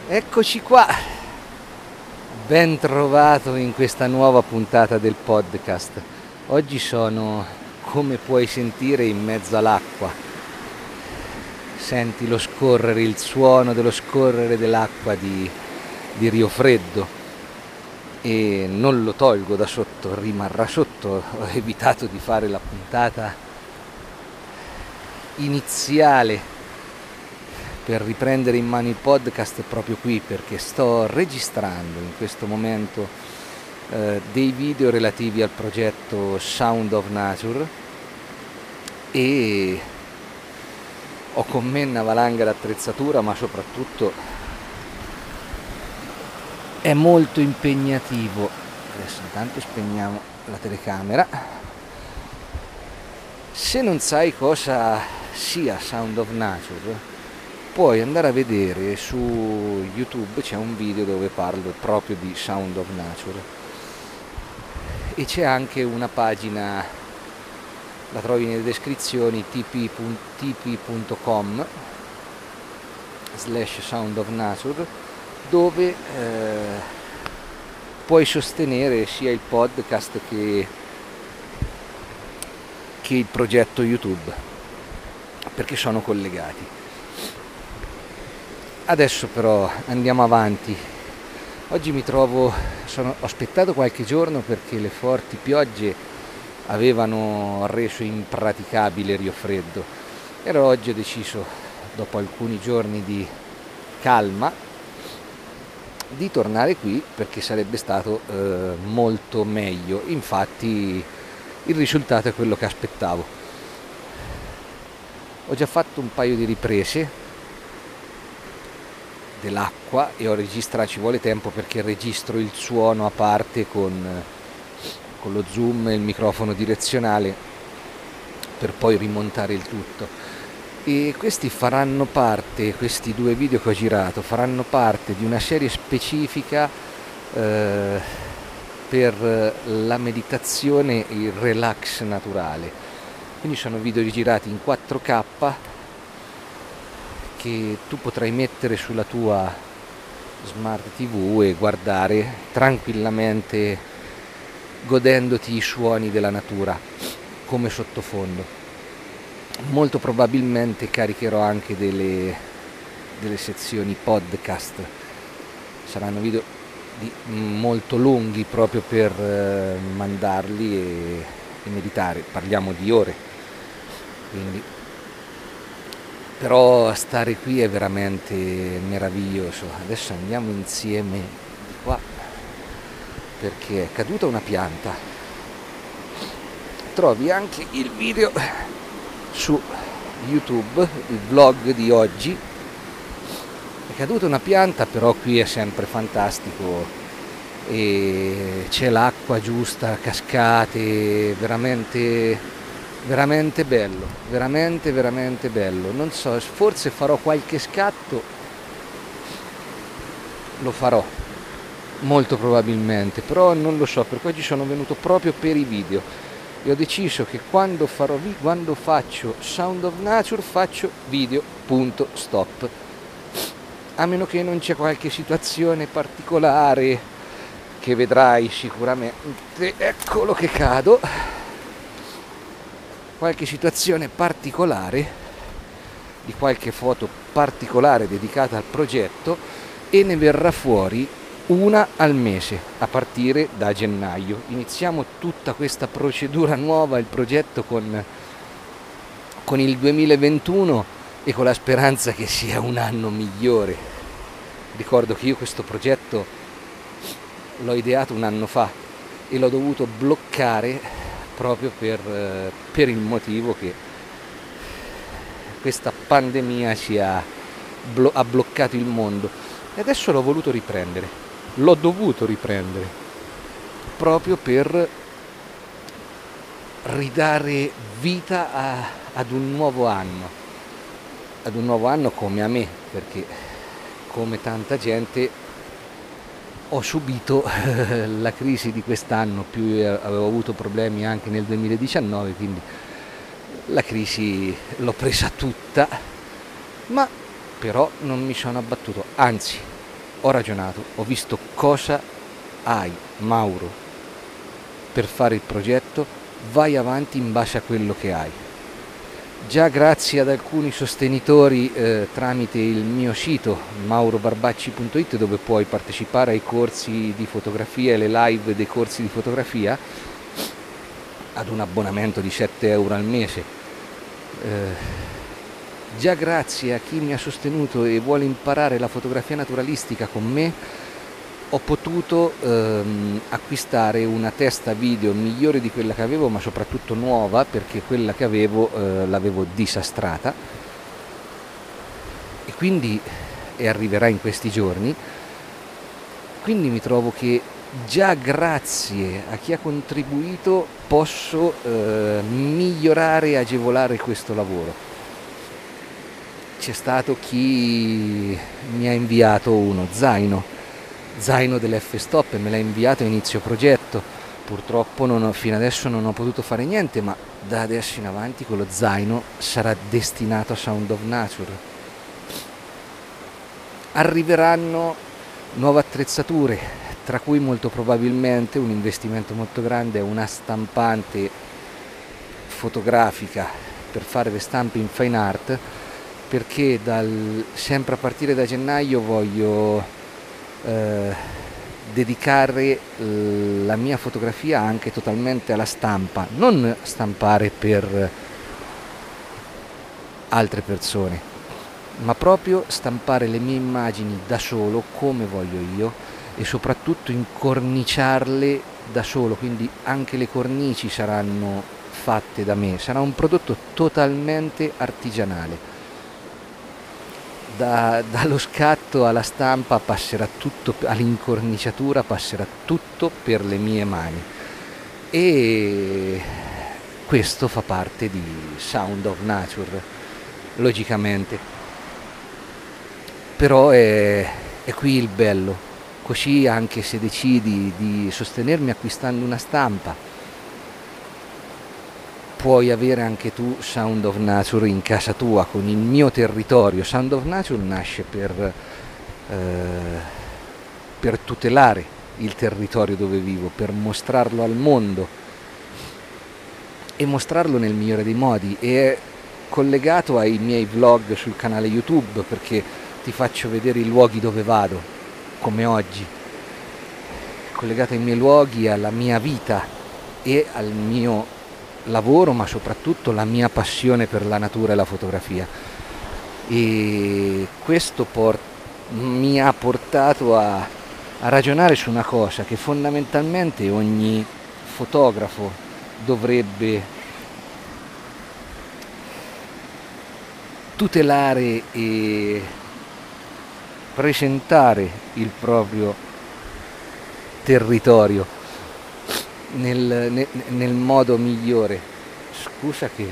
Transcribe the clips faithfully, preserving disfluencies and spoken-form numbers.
Eccoci qua, ben trovato in questa nuova puntata del podcast. Oggi sono, come puoi sentire, in mezzo all'acqua. Senti lo scorrere, il suono dello scorrere dell'acqua di, di Rio Freddo e non lo tolgo da sotto, rimarrà sotto. Ho evitato di fare la puntata iniziale per riprendere in mano il podcast proprio qui, perché sto registrando in questo momento eh, dei video relativi al progetto Sound of Nature e ho con me una valanga d'attrezzatura, ma soprattutto è molto impegnativo. Adesso intanto spegniamo la telecamera. Se non sai cosa sia Sound of Nature, puoi andare a vedere su YouTube, c'è un video dove parlo proprio di Sound of Nature e c'è anche una pagina, la trovi nelle descrizioni, tp.com slash Sound of Nature, dove eh, puoi sostenere sia il podcast che, che il progetto YouTube, perché sono collegati. Adesso però andiamo avanti. Oggi mi trovo, sono, ho aspettato qualche giorno perché le forti piogge avevano reso impraticabile Rio Freddo. E allora oggi ho deciso, dopo alcuni giorni di calma, di tornare qui perché sarebbe stato eh, molto meglio. Infatti il risultato è quello che aspettavo. Ho già fatto un paio di riprese dell'acqua e ho registrato, ci vuole tempo perché registro il suono a parte con, con lo zoom e il microfono direzionale per poi rimontare il tutto, e questi faranno parte, questi due video che ho girato faranno parte di una serie specifica eh, per la meditazione e il relax naturale. Quindi sono video girati in quattro K che tu potrai mettere sulla tua smart tivù e guardare tranquillamente, godendoti i suoni della natura come sottofondo. Molto probabilmente caricherò anche delle, delle sezioni podcast, saranno video di, molto lunghi proprio per eh, mandarli e, e meditare, parliamo di ore, quindi però stare qui è veramente meraviglioso. Adesso andiamo insieme di qua perché è caduta una pianta. Trovi anche il video su YouTube, il vlog di oggi. È caduta una pianta, però qui è sempre fantastico e c'è l'acqua giusta, cascate, veramente veramente bello, veramente veramente bello. Non so, forse farò qualche scatto, lo farò molto probabilmente, però non lo so, perché oggi sono venuto proprio per i video e ho deciso che quando farò quando faccio Sound of Nature faccio video, punto, stop, a meno che non c'è qualche situazione particolare che vedrai sicuramente. Eccolo che cado. Qualche situazione particolare, di qualche foto particolare dedicata al progetto, e ne verrà fuori una al mese a partire da gennaio. Iniziamo tutta questa procedura nuova, il progetto con, con il duemilaventuno e con la speranza che sia un anno migliore. Ricordo che io questo progetto l'ho ideato un anno fa e l'ho dovuto bloccare proprio per, per il motivo che questa pandemia ci ha, blo- ha bloccato il mondo, e adesso l'ho voluto riprendere, l'ho dovuto riprendere proprio per ridare vita a, ad un nuovo anno, ad un nuovo anno come a me, perché come tanta gente ho subito la crisi di quest'anno, più avevo avuto problemi anche nel duemiladiciannove, quindi la crisi l'ho presa tutta, ma però non mi sono abbattuto, anzi ho ragionato, ho visto cosa hai, Mauro, per fare il progetto, vai avanti in base a quello che hai. Già grazie ad alcuni sostenitori eh, tramite il mio sito mauro barbacci punto it, dove puoi partecipare ai corsi di fotografia e le live dei corsi di fotografia ad un abbonamento di sette euro al mese. Eh, già grazie a chi mi ha sostenuto e vuole imparare la fotografia naturalistica con me, ho potuto ehm, acquistare una testa video migliore di quella che avevo, ma soprattutto nuova, perché quella che avevo eh, l'avevo disastrata, e quindi e arriverà in questi giorni. Quindi mi trovo che già grazie a chi ha contribuito posso eh, migliorare e agevolare questo lavoro. C'è stato chi mi ha inviato uno zaino zaino dell'F-Stop e me l'ha inviato a inizio progetto. Purtroppo non ho, fino adesso non ho potuto fare niente, ma da adesso in avanti quello zaino sarà destinato a Sound of Nature. Arriveranno nuove attrezzature, tra cui molto probabilmente un investimento molto grande è una stampante fotografica per fare le stampe in fine art, perché dal, sempre a partire da gennaio voglio Eh, dedicare la mia fotografia anche totalmente alla stampa, non stampare per altre persone, ma proprio stampare le mie immagini da solo come voglio io, e soprattutto incorniciarle da solo, quindi anche le cornici saranno fatte da me, sarà un prodotto totalmente artigianale. Da, dallo scatto alla stampa passerà tutto, all'incorniciatura passerà tutto per le mie mani, e questo fa parte di Sound of Nature, logicamente. Però è, è qui il bello, così anche se decidi di sostenermi acquistando una stampa, puoi avere anche tu Sound of Nature in casa tua, con il mio territorio. Sound of Nature nasce per, eh, per tutelare il territorio dove vivo, per mostrarlo al mondo e mostrarlo nel migliore dei modi. E è collegato ai miei vlog sul canale YouTube, perché ti faccio vedere i luoghi dove vado, come oggi. È collegato ai miei luoghi, alla mia vita e al mio lavoro, ma soprattutto la mia passione per la natura e la fotografia. E questo port- mi ha portato a, a ragionare su una cosa che fondamentalmente ogni fotografo dovrebbe tutelare e presentare il proprio territorio Nel, nel, nel modo migliore. Scusa che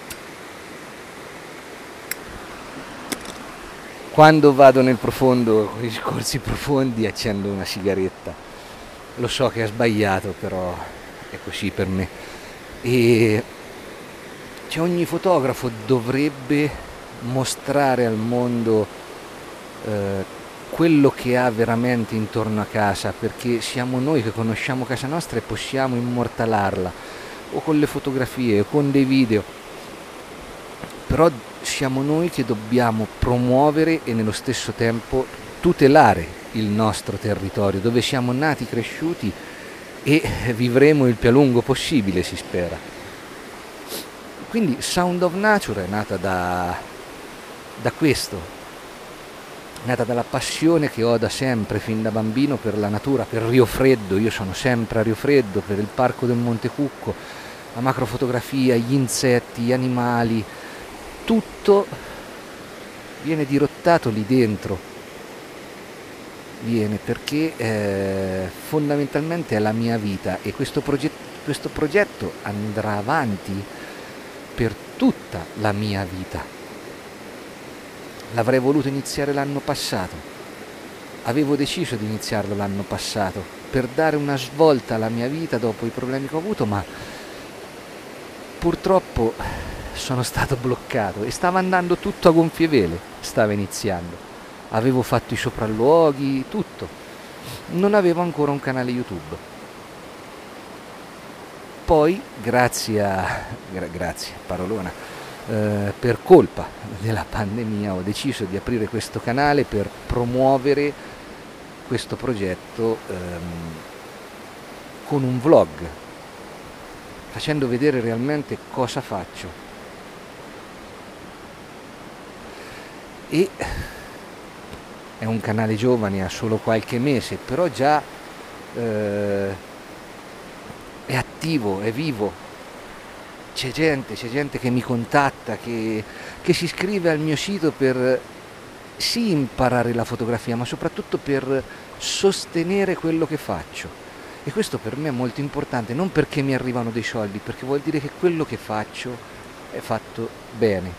quando vado nel profondo, con i discorsi profondi, accendo una sigaretta. Lo so che è sbagliato, però è così per me. E cioè, ogni fotografo dovrebbe mostrare al mondo eh, quello che ha veramente intorno a casa, perché siamo noi che conosciamo casa nostra e possiamo immortalarla, o con le fotografie o con dei video, però siamo noi che dobbiamo promuovere e nello stesso tempo tutelare il nostro territorio, dove siamo nati, cresciuti e vivremo il più a lungo possibile, si spera. Quindi Sound of Nature è nata da, da questo, nata dalla passione che ho da sempre, fin da bambino, per la natura, per Rio Freddo. Io sono sempre a Rio Freddo, per il parco del Monte Cucco, la macrofotografia, gli insetti, gli animali, tutto viene dirottato lì dentro, viene perché eh, fondamentalmente è la mia vita, e questo progetto, questo progetto andrà avanti per tutta la mia vita. L'avrei voluto iniziare l'anno passato, avevo deciso di iniziarlo l'anno passato per dare una svolta alla mia vita dopo i problemi che ho avuto, ma purtroppo sono stato bloccato e stava andando tutto a gonfie vele, stava iniziando. avevo fatto i sopralluoghi, tutto. Non avevo ancora un canale YouTube. Poi, grazie a... gra- grazie, parolona, eh, per colpa della pandemia ho deciso di aprire questo canale per promuovere questo progetto ehm, con un vlog, facendo vedere realmente cosa faccio. E è un canale giovane, ha solo qualche mese, però già eh, è attivo, è vivo. C'è gente, c'è gente che mi contatta, che, che si iscrive al mio sito per sì imparare la fotografia, ma soprattutto per sostenere quello che faccio. E questo per me è molto importante, non perché mi arrivano dei soldi, perché vuol dire che quello che faccio è fatto bene.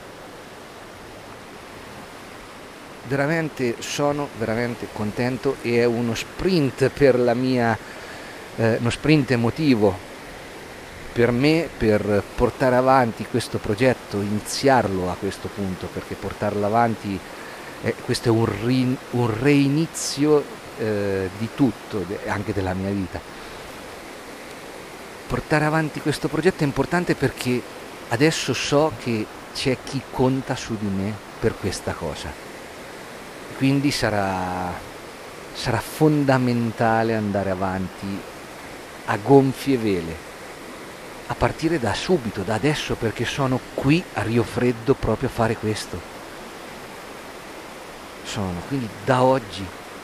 Veramente sono veramente contento e è uno sprint per la mia, eh, uno sprint emotivo per me per portare avanti questo progetto, iniziarlo a questo punto, perché portarlo avanti eh, questo è un, ri, un reinizio eh, di tutto, anche della mia vita. Portare avanti questo progetto è importante perché adesso so che c'è chi conta su di me per questa cosa. Quindi sarà, sarà fondamentale andare avanti a gonfie vele, a partire da subito, da adesso, perché sono qui a Rio Freddo proprio a fare questo. Sono, quindi da oggi,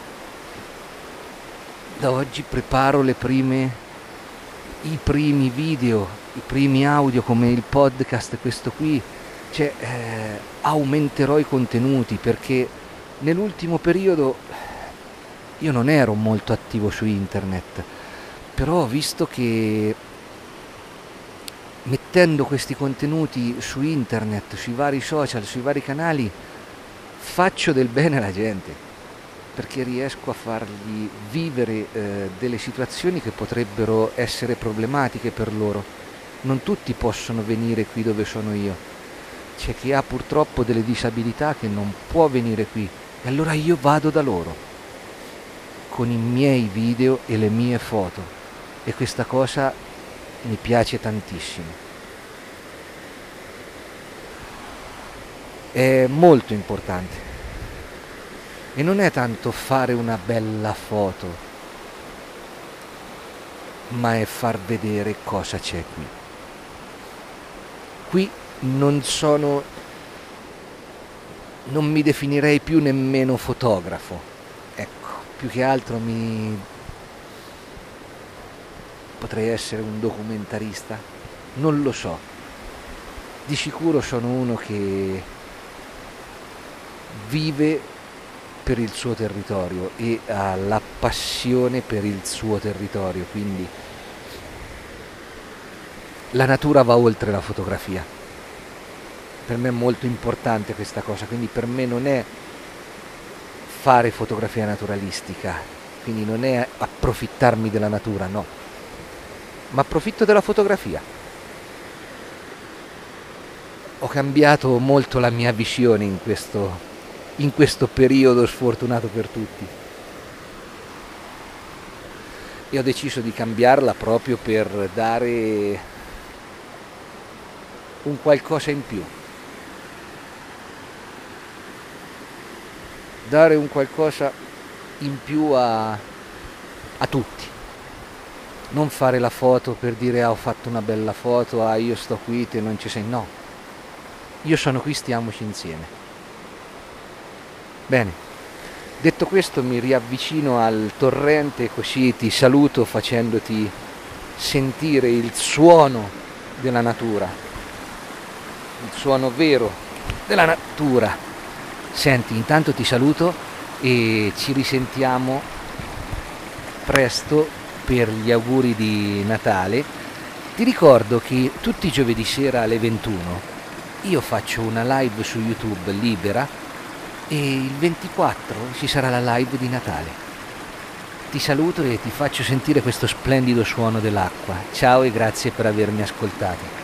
da oggi preparo le prime, i primi video, i primi audio come il podcast, questo qui, cioè eh, aumenterò i contenuti perché nell'ultimo periodo io non ero molto attivo su internet, però ho visto che mettendo questi contenuti su internet, sui vari social, sui vari canali, faccio del bene alla gente, perché riesco a fargli vivere eh, delle situazioni che potrebbero essere problematiche per loro. Non tutti possono venire qui dove sono io, c'è chi ha purtroppo delle disabilità che non può venire qui, e allora io vado da loro con i miei video e le mie foto, e questa cosa mi piace tantissimo. È molto importante e non è tanto fare una bella foto, ma è far vedere cosa c'è qui. Qui non sono, non mi definirei più nemmeno fotografo, ecco, più che altro mi potrei essere un documentarista, non lo so. Di sicuro sono uno che vive per il suo territorio e ha la passione per il suo territorio, quindi la natura va oltre la fotografia. Per me è molto importante questa cosa, quindi per me non è fare fotografia naturalistica, quindi non è approfittarmi della natura, no, ma approfitto della fotografia. Ho cambiato molto la mia visione in questo, in questo periodo sfortunato per tutti, e ho deciso di cambiarla proprio per dare un qualcosa in più, dare un qualcosa in più a, a tutti. Non fare la foto per dire ah, ho fatto una bella foto, ah io sto qui, te non ci sei, no. Io sono qui, stiamoci insieme. Bene, detto questo mi riavvicino al torrente, così ti saluto facendoti sentire il suono della natura, il suono vero della natura. Senti, intanto ti saluto e ci risentiamo presto per gli auguri di Natale. Ti ricordo che tutti i giovedì sera alle ventuno io faccio una live su YouTube libera e il ventiquattro ci sarà la live di Natale. Ti saluto e ti faccio sentire questo splendido suono dell'acqua. Ciao e grazie per avermi ascoltato.